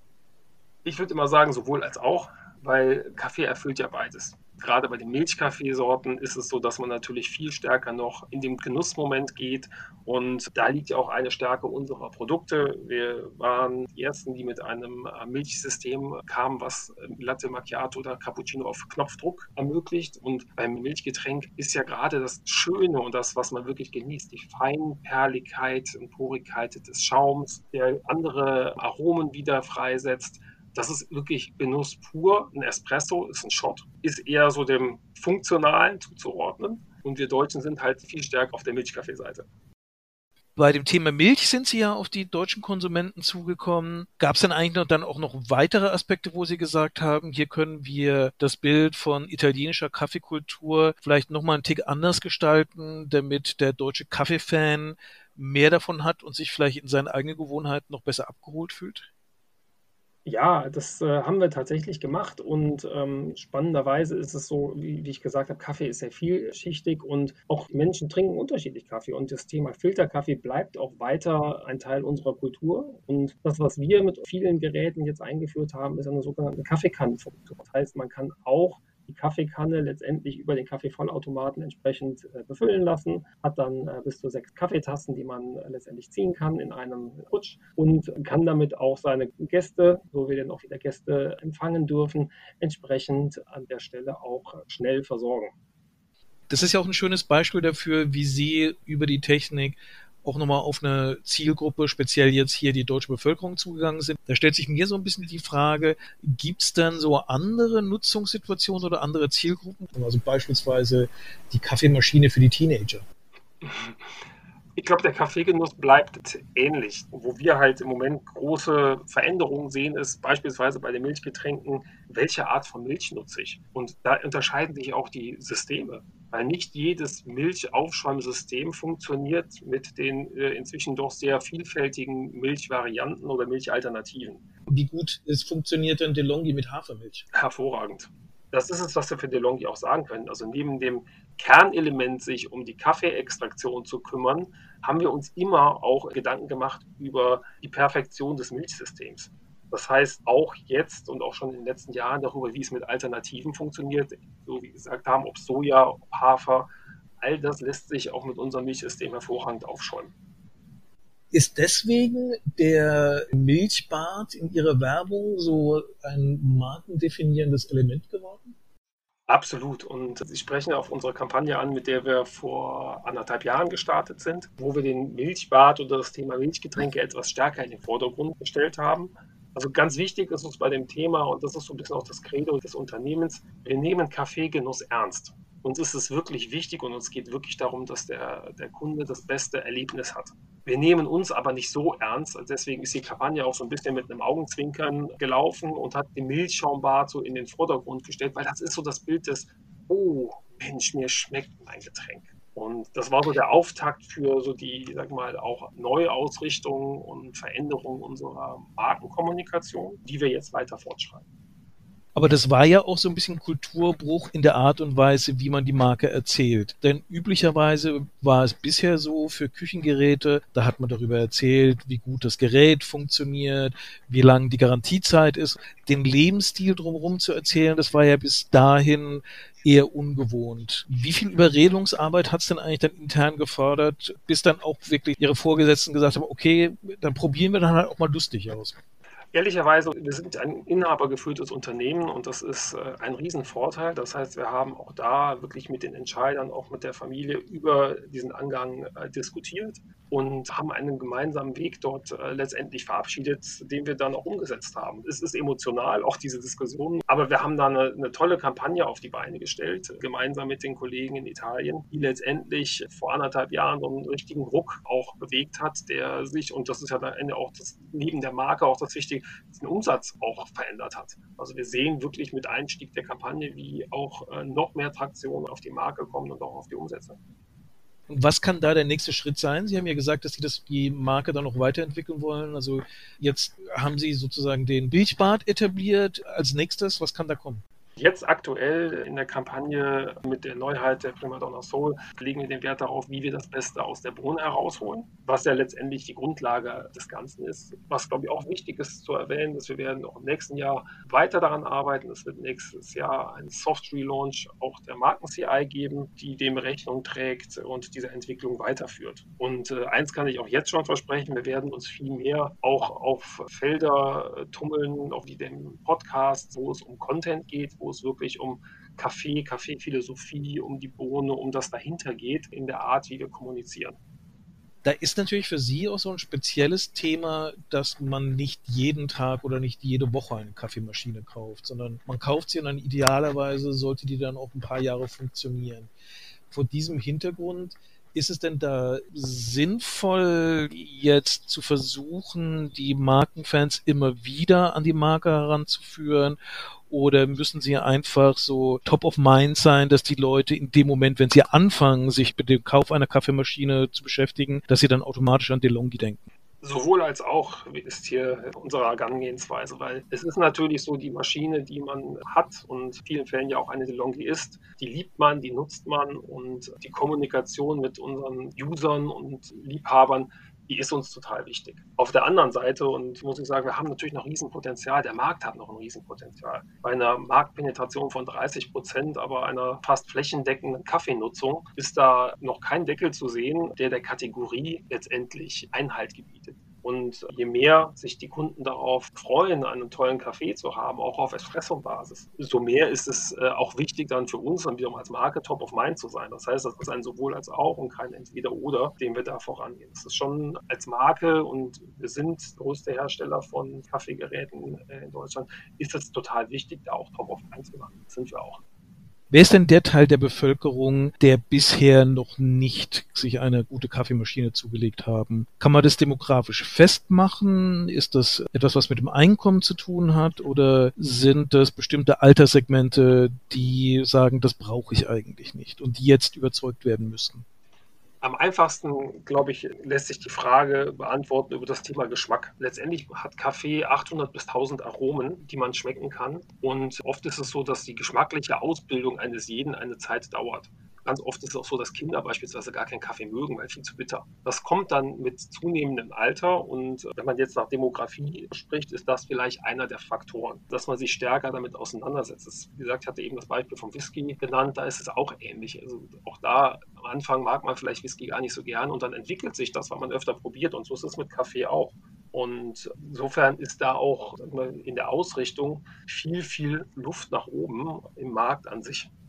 C: Ich würde immer sagen, sowohl als auch, weil Kaffee erfüllt ja beides. Gerade bei den Milchkaffeesorten ist es so, dass man natürlich viel stärker noch in den Genussmoment geht und da liegt ja auch eine Stärke unserer Produkte. Wir waren die Ersten, die mit einem Milchsystem kamen, was Latte Macchiato oder Cappuccino auf Knopfdruck ermöglicht und beim Milchgetränk ist ja gerade das Schöne und das, was man wirklich genießt, die Feinperligkeit und Porigkeit des Schaums, der andere Aromen wieder freisetzt. Das ist wirklich Genuss pur. Ein Espresso ist ein Shot, ist eher so dem Funktionalen zuzuordnen. Und wir Deutschen sind halt viel stärker auf der Milchkaffeeseite.
B: Bei dem Thema Milch sind Sie ja auf die deutschen Konsumenten zugekommen. Gab es denn eigentlich noch, dann auch noch weitere Aspekte, wo Sie gesagt haben, hier können wir das Bild von italienischer Kaffeekultur vielleicht nochmal einen Tick anders gestalten, damit der deutsche Kaffeefan mehr davon hat und sich vielleicht in seinen eigenen Gewohnheiten noch besser abgeholt fühlt?
C: Ja, das äh, haben wir tatsächlich gemacht und ähm, spannenderweise ist es so, wie, wie ich gesagt habe, Kaffee ist sehr vielschichtig und auch Menschen trinken unterschiedlich Kaffee und das Thema Filterkaffee bleibt auch weiter ein Teil unserer Kultur und das, was wir mit vielen Geräten jetzt eingeführt haben, ist eine sogenannte Kaffeekannenfunktion. Das heißt, man kann auch die Kaffeekanne letztendlich über den Kaffeevollautomaten entsprechend äh, befüllen lassen, hat dann äh, bis zu sechs Kaffeetassen, die man äh, letztendlich ziehen kann in einem Rutsch und kann damit auch seine Gäste, so wir dann auch wieder Gäste empfangen dürfen, entsprechend an der Stelle auch schnell versorgen.
B: Das ist ja auch ein schönes Beispiel dafür, wie Sie über die Technik auch nochmal auf eine Zielgruppe, speziell jetzt hier die deutsche Bevölkerung zugegangen sind. Da stellt sich mir so ein bisschen die Frage, gibt es dann so andere Nutzungssituationen oder andere Zielgruppen? Also beispielsweise die Kaffeemaschine für die Teenager.
C: Ich glaube, der Kaffeegenuss bleibt ähnlich. Wo wir halt im Moment große Veränderungen sehen, ist beispielsweise bei den Milchgetränken, welche Art von Milch nutze ich? Und da unterscheiden sich auch die Systeme, weil nicht jedes Milchaufschäumsystem funktioniert mit den äh, inzwischen doch sehr vielfältigen Milchvarianten oder Milchalternativen.
B: Wie gut es funktioniert denn DeLonghi mit Hafermilch?
C: Hervorragend. Das ist es, was wir für DeLonghi auch sagen können. Also neben dem Kernelement, sich um die Kaffeeextraktion zu kümmern, haben wir uns immer auch Gedanken gemacht über die Perfektion des Milchsystems. Das heißt, auch jetzt und auch schon in den letzten Jahren darüber, wie es mit Alternativen funktioniert, so wie wir gesagt haben, ob Soja, ob Hafer, all das lässt sich auch mit unserem Milchsystem hervorragend aufschäumen.
B: Ist deswegen der Milchbart in Ihrer Werbung so ein markendefinierendes Element geworden?
C: Absolut. Und Sie sprechen auf unsere Kampagne an, mit der wir vor anderthalb Jahren gestartet sind, wo wir den Milchbad oder das Thema Milchgetränke etwas stärker in den Vordergrund gestellt haben. Also ganz wichtig ist uns bei dem Thema, und das ist so ein bisschen auch das Credo des Unternehmens, wir nehmen Kaffeegenuss ernst. Uns ist es wirklich wichtig und uns geht wirklich darum, dass der, der Kunde das beste Erlebnis hat. Wir nehmen uns aber nicht so ernst, also deswegen ist die Kampagne auch so ein bisschen mit einem Augenzwinkern gelaufen und hat den Milchschaumbad so in den Vordergrund gestellt, weil das ist so das Bild des, oh Mensch, mir schmeckt mein Getränk. Und das war so der Auftakt für so die, sag mal, auch Neuausrichtung und Veränderung unserer Markenkommunikation, die wir jetzt weiter fortschreiben.
B: Aber das war ja auch so ein bisschen Kulturbruch in der Art und Weise, wie man die Marke erzählt. Denn üblicherweise war es bisher so für Küchengeräte, da hat man darüber erzählt, wie gut das Gerät funktioniert, wie lang die Garantiezeit ist. Den Lebensstil drumherum zu erzählen, das war ja bis dahin eher ungewohnt. Wie viel Überredungsarbeit hat es denn eigentlich dann intern gefordert, bis dann auch wirklich Ihre Vorgesetzten gesagt haben, okay, dann probieren wir dann halt auch mal lustig aus?
C: Ehrlicherweise, wir sind ein inhabergeführtes Unternehmen und das ist äh, ein Riesenvorteil. Das heißt, wir haben auch da wirklich mit den Entscheidern, auch mit der Familie über diesen Angang äh, diskutiert und haben einen gemeinsamen Weg dort äh, letztendlich verabschiedet, den wir dann auch umgesetzt haben. Es ist emotional, auch diese Diskussion, aber wir haben da eine, eine tolle Kampagne auf die Beine gestellt, gemeinsam mit den Kollegen in Italien, die letztendlich vor anderthalb Jahren so einen richtigen Ruck auch bewegt hat, der sich, und das ist ja am Ende auch das, neben der Marke auch das Wichtige, den Umsatz auch verändert hat. Also wir sehen wirklich mit Einstieg der Kampagne, wie auch äh, noch mehr Traktion auf die Marke kommen und auch auf die Umsätze.
B: Und was kann da der nächste Schritt sein? Sie haben ja gesagt, dass Sie das, die Marke dann noch weiterentwickeln wollen. Also jetzt haben Sie sozusagen den Milchbad etabliert. Als nächstes, was kann da kommen?
C: Jetzt aktuell in der Kampagne mit der Neuheit der Prima Donna Soul legen wir den Wert darauf, wie wir das Beste aus der Bohne herausholen, was ja letztendlich die Grundlage des Ganzen ist. Was, glaube ich, auch wichtig ist zu erwähnen, dass wir werden auch im nächsten Jahr weiter daran arbeiten. Es wird nächstes Jahr einen Soft-Relaunch auch der Marken-C I geben, die dem Rechnung trägt und diese Entwicklung weiterführt. Und äh, eins kann ich auch jetzt schon versprechen, wir werden uns viel mehr auch auf Felder äh, tummeln, auf die dem Podcast, wo es um Content geht, wo es wirklich um Kaffee, Kaffeephilosophie, um die Bohne, um das dahinter geht, in der Art, wie wir kommunizieren.
B: Da ist natürlich für Sie auch so ein spezielles Thema, dass man nicht jeden Tag oder nicht jede Woche eine Kaffeemaschine kauft, sondern man kauft sie und dann idealerweise sollte die dann auch ein paar Jahre funktionieren. Vor diesem Hintergrund, ist es denn da sinnvoll, jetzt zu versuchen, die Markenfans immer wieder an die Marke heranzuführen? Oder müssen sie einfach so top of mind sein, dass die Leute in dem Moment, wenn sie anfangen, sich mit dem Kauf einer Kaffeemaschine zu beschäftigen, dass sie dann automatisch an DeLonghi denken?
C: Sowohl als auch ist hier unsere Herangehensweise, weil es ist natürlich so, die Maschine, die man hat und in vielen Fällen ja auch eine DeLonghi ist, die liebt man, die nutzt man und die Kommunikation mit unseren Usern und Liebhabern, die ist uns total wichtig. Auf der anderen Seite, und muss ich sagen, wir haben natürlich noch Riesenpotenzial, der Markt hat noch ein Riesenpotenzial. Bei einer Marktpenetration von dreißig Prozent, aber einer fast flächendeckenden Kaffeenutzung ist da noch kein Deckel zu sehen, der der Kategorie letztendlich Einhalt gebietet. Und je mehr sich die Kunden darauf freuen, einen tollen Kaffee zu haben, auch auf Espresso-Basis, desto mehr ist es äh, auch wichtig dann für uns, dann wiederum als Marke top of mind zu sein. Das heißt, das ist ein sowohl als auch und kein Entweder-Oder, den wir da vorangehen. Das ist schon als Marke, und wir sind größte Hersteller von Kaffeegeräten äh, in Deutschland, ist es total wichtig, da auch top of mind zu machen. Das sind wir auch.
B: Wer ist denn der Teil der Bevölkerung, der bisher noch nicht sich eine gute Kaffeemaschine zugelegt haben? Kann man das demografisch festmachen? Ist das etwas, was mit dem Einkommen zu tun hat? Oder sind das bestimmte Alterssegmente, die sagen, das brauche ich eigentlich nicht und die jetzt überzeugt werden müssen?
C: Am einfachsten, glaube ich, lässt sich die Frage beantworten über das Thema Geschmack. Letztendlich hat Kaffee achthundert bis tausend Aromen, die man schmecken kann. Und oft ist es so, dass die geschmackliche Ausbildung eines jeden eine Zeit dauert. Ganz oft ist es auch so, dass Kinder beispielsweise gar keinen Kaffee mögen, weil viel zu bitter. Das kommt dann mit zunehmendem Alter, und wenn man jetzt nach Demografie spricht, ist das vielleicht einer der Faktoren, dass man sich stärker damit auseinandersetzt. Das, wie gesagt, ich hatte eben das Beispiel vom Whisky genannt, da ist es auch ähnlich. Also auch da am Anfang mag man vielleicht Whisky gar nicht so gern und dann entwickelt sich das, weil man öfter probiert, und so ist es mit Kaffee auch. Und insofern ist da auch, sagen wir, in der Ausrichtung viel, viel Luft nach oben im Markt an sich.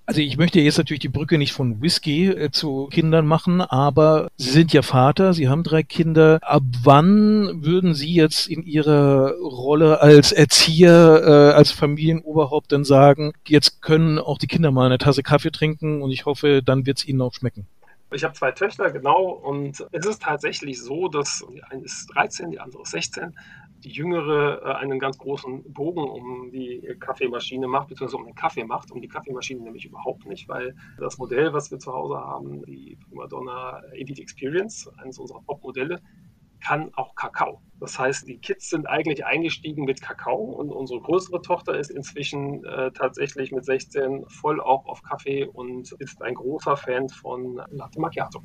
B: Also ich möchte jetzt natürlich die Brücke nicht von Whisky äh, zu Kindern machen, aber Sie sind ja Vater, Sie haben drei Kinder. Ab wann würden Sie jetzt in Ihrer Rolle als Erzieher, äh, als Familienoberhaupt dann sagen, jetzt können auch die Kinder mal eine Tasse Kaffee trinken und ich hoffe, dann wird es ihnen auch schmecken?
C: Ich habe zwei Töchter, genau, und es ist tatsächlich so, dass die eine ist dreizehn, die andere ist sechzehn. Die Jüngere äh, einen ganz großen Bogen um die Kaffeemaschine macht, beziehungsweise um den Kaffee macht, um die Kaffeemaschine nämlich überhaupt nicht, weil das Modell, was wir zu Hause haben, die Primadonna Elite Experience, eines unserer Top-Modelle, kann auch Kakao. Das heißt, die Kids sind eigentlich eingestiegen mit Kakao und unsere größere Tochter ist inzwischen äh, tatsächlich mit sechzehn voll auch auf Kaffee und ist ein großer Fan von Latte Macchiato.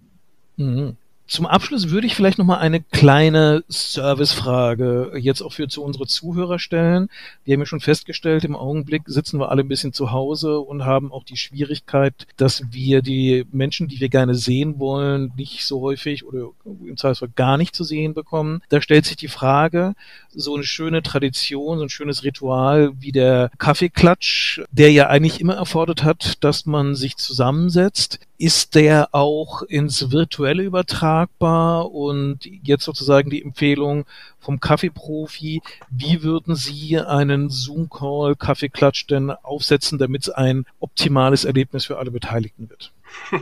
B: Mhm. Zum Abschluss würde ich vielleicht nochmal eine kleine Servicefrage jetzt auch für zu unsere Zuhörer stellen. Wir haben ja schon festgestellt, im Augenblick sitzen wir alle ein bisschen zu Hause und haben auch die Schwierigkeit, dass wir die Menschen, die wir gerne sehen wollen, nicht so häufig oder im Zweifelsfall gar nicht zu sehen bekommen. Da stellt sich die Frage, so eine schöne Tradition, so ein schönes Ritual wie der Kaffeeklatsch, der ja eigentlich immer erfordert hat, dass man sich zusammensetzt. Ist der auch ins Virtuelle übertragbar? Und jetzt sozusagen die Empfehlung vom Kaffeeprofi, wie würden Sie einen Zoom-Call, Kaffeeklatsch denn aufsetzen, damit es ein optimales Erlebnis für alle Beteiligten wird?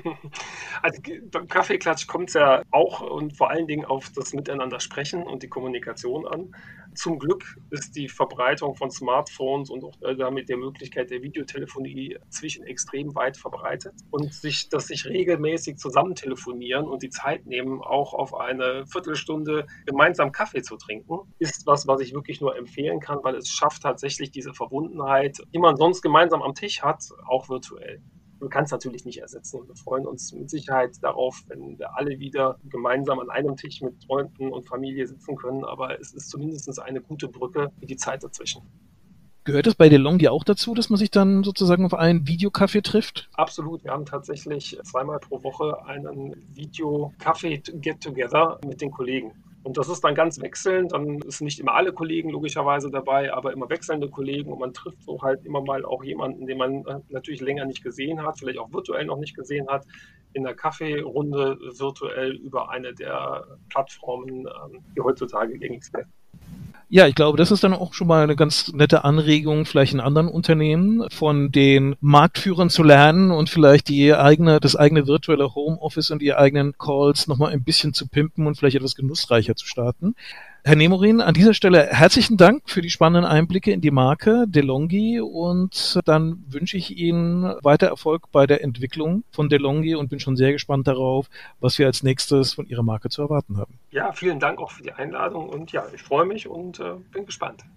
C: Also beim Kaffeeklatsch kommt es ja auch und vor allen Dingen auf das Miteinander sprechen und die Kommunikation an. Zum Glück ist die Verbreitung von Smartphones und auch damit der Möglichkeit der Videotelefonie zwischen extrem weit verbreitet. Und sich, dass sich regelmäßig zusammen telefonieren und die Zeit nehmen, auch auf eine Viertelstunde gemeinsam Kaffee zu trinken, ist was, was ich wirklich nur empfehlen kann, weil es schafft tatsächlich diese Verbundenheit, die man sonst gemeinsam am Tisch hat, auch virtuell. Man kann es natürlich nicht ersetzen. Wir freuen uns mit Sicherheit darauf, wenn wir alle wieder gemeinsam an einem Tisch mit Freunden und Familie sitzen können. Aber es ist zumindest eine gute Brücke für die Zeit dazwischen.
B: Gehört es bei DeLonghi auch dazu, dass man sich dann sozusagen auf einen Videokaffee trifft?
C: Absolut. Wir haben tatsächlich zweimal pro Woche einen Video-Kaffee-Get-Together mit den Kollegen. Und das ist dann ganz wechselnd, dann sind nicht immer alle Kollegen logischerweise dabei, aber immer wechselnde Kollegen und man trifft so halt immer mal auch jemanden, den man natürlich länger nicht gesehen hat, vielleicht auch virtuell noch nicht gesehen hat, in der Kaffeerunde virtuell über eine der Plattformen, die heutzutage gängig sind.
B: Ja, ich glaube, das ist dann auch schon mal eine ganz nette Anregung, vielleicht in anderen Unternehmen von den Marktführern zu lernen und vielleicht die eigene, das eigene virtuelle Homeoffice und die eigenen Calls nochmal ein bisschen zu pimpen und vielleicht etwas genussreicher zu starten. Herr Nemorin, an dieser Stelle herzlichen Dank für die spannenden Einblicke in die Marke DeLonghi und dann wünsche ich Ihnen weiter Erfolg bei der Entwicklung von DeLonghi und bin schon sehr gespannt darauf, was wir als nächstes von Ihrer Marke zu erwarten haben.
C: Ja, vielen Dank auch für die Einladung und ja, ich freue mich und äh, bin gespannt.